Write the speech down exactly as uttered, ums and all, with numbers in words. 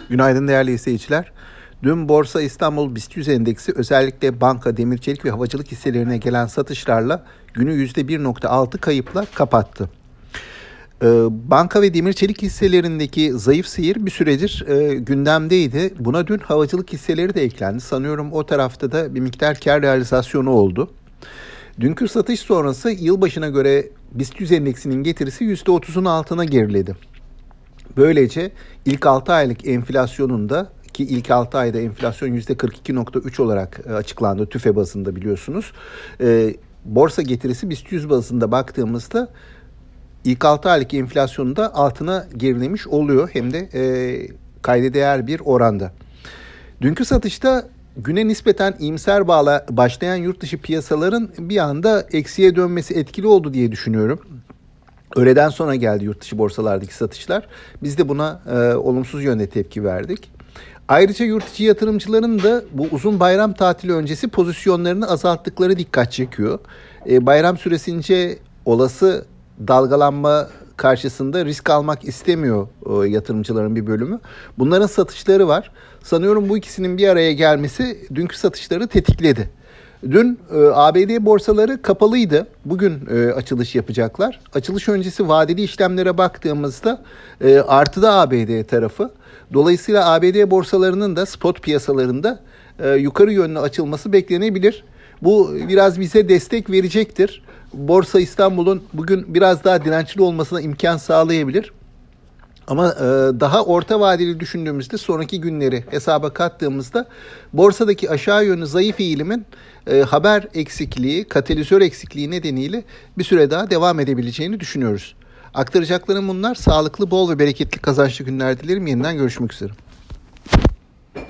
Günaydın değerli izleyiciler. Dün Borsa İstanbul BIST yüz endeksi özellikle banka, demir çelik ve havacılık hisselerine gelen satışlarla günü yüzde bir virgül altı kayıpla kapattı. Ee, banka ve demir çelik hisselerindeki zayıf seyir bir süredir e, gündemdeydi. Buna dün havacılık hisseleri de eklendi. Sanıyorum o tarafta da bir miktar kar realizasyonu oldu. Dünkü satış sonrası yılbaşına göre BIST yüz endeksinin getirisi yüzde otuzun altına geriledi. Böylece ilk altı aylık enflasyonunda ki ilk altı ayda enflasyon yüzde kırk iki virgül üç olarak açıklandı TÜFE bazında biliyorsunuz. E, borsa getirisi BIST yüz bazında baktığımızda ilk altı aylık enflasyonu da altına gerilemiş oluyor. Hem de e, kayda değer bir oranda. Dünkü satışta güne nispeten iyimser bağla başlayan yurt dışı piyasaların bir anda eksiye dönmesi etkili oldu diye düşünüyorum. Öğleden sonra geldi yurt dışı borsalardaki satışlar. Biz de buna e, olumsuz yönde tepki verdik. Ayrıca yurt içi yatırımcıların da bu uzun bayram tatili öncesi pozisyonlarını azalttıkları dikkat çekiyor. E, bayram süresince olası dalgalanma karşısında risk almak istemiyor e, yatırımcıların bir bölümü. Bunların satışları var. Sanıyorum bu ikisinin bir araya gelmesi dünkü satışları tetikledi. Dün e, A B D borsaları kapalıydı. Bugün e, açılış yapacaklar. Açılış öncesi vadeli işlemlere baktığımızda e, artıda A B D tarafı. Dolayısıyla A B D borsalarının da spot piyasalarında e, yukarı yönlü açılması beklenebilir. Bu biraz bize destek verecektir. Borsa İstanbul'un bugün biraz daha dirençli olmasına imkan sağlayabilir. Ama e, daha orta vadeli düşündüğümüzde sonraki günleri hesaba kattığımızda borsadaki aşağı yönlü zayıf eğilimin e, haber eksikliği, katalizör eksikliği nedeniyle bir süre daha devam edebileceğini düşünüyoruz. Aktaracaklarım bunlar. Sağlıklı, bol ve bereketli kazançlı günler dilerim. Yeniden görüşmek üzere.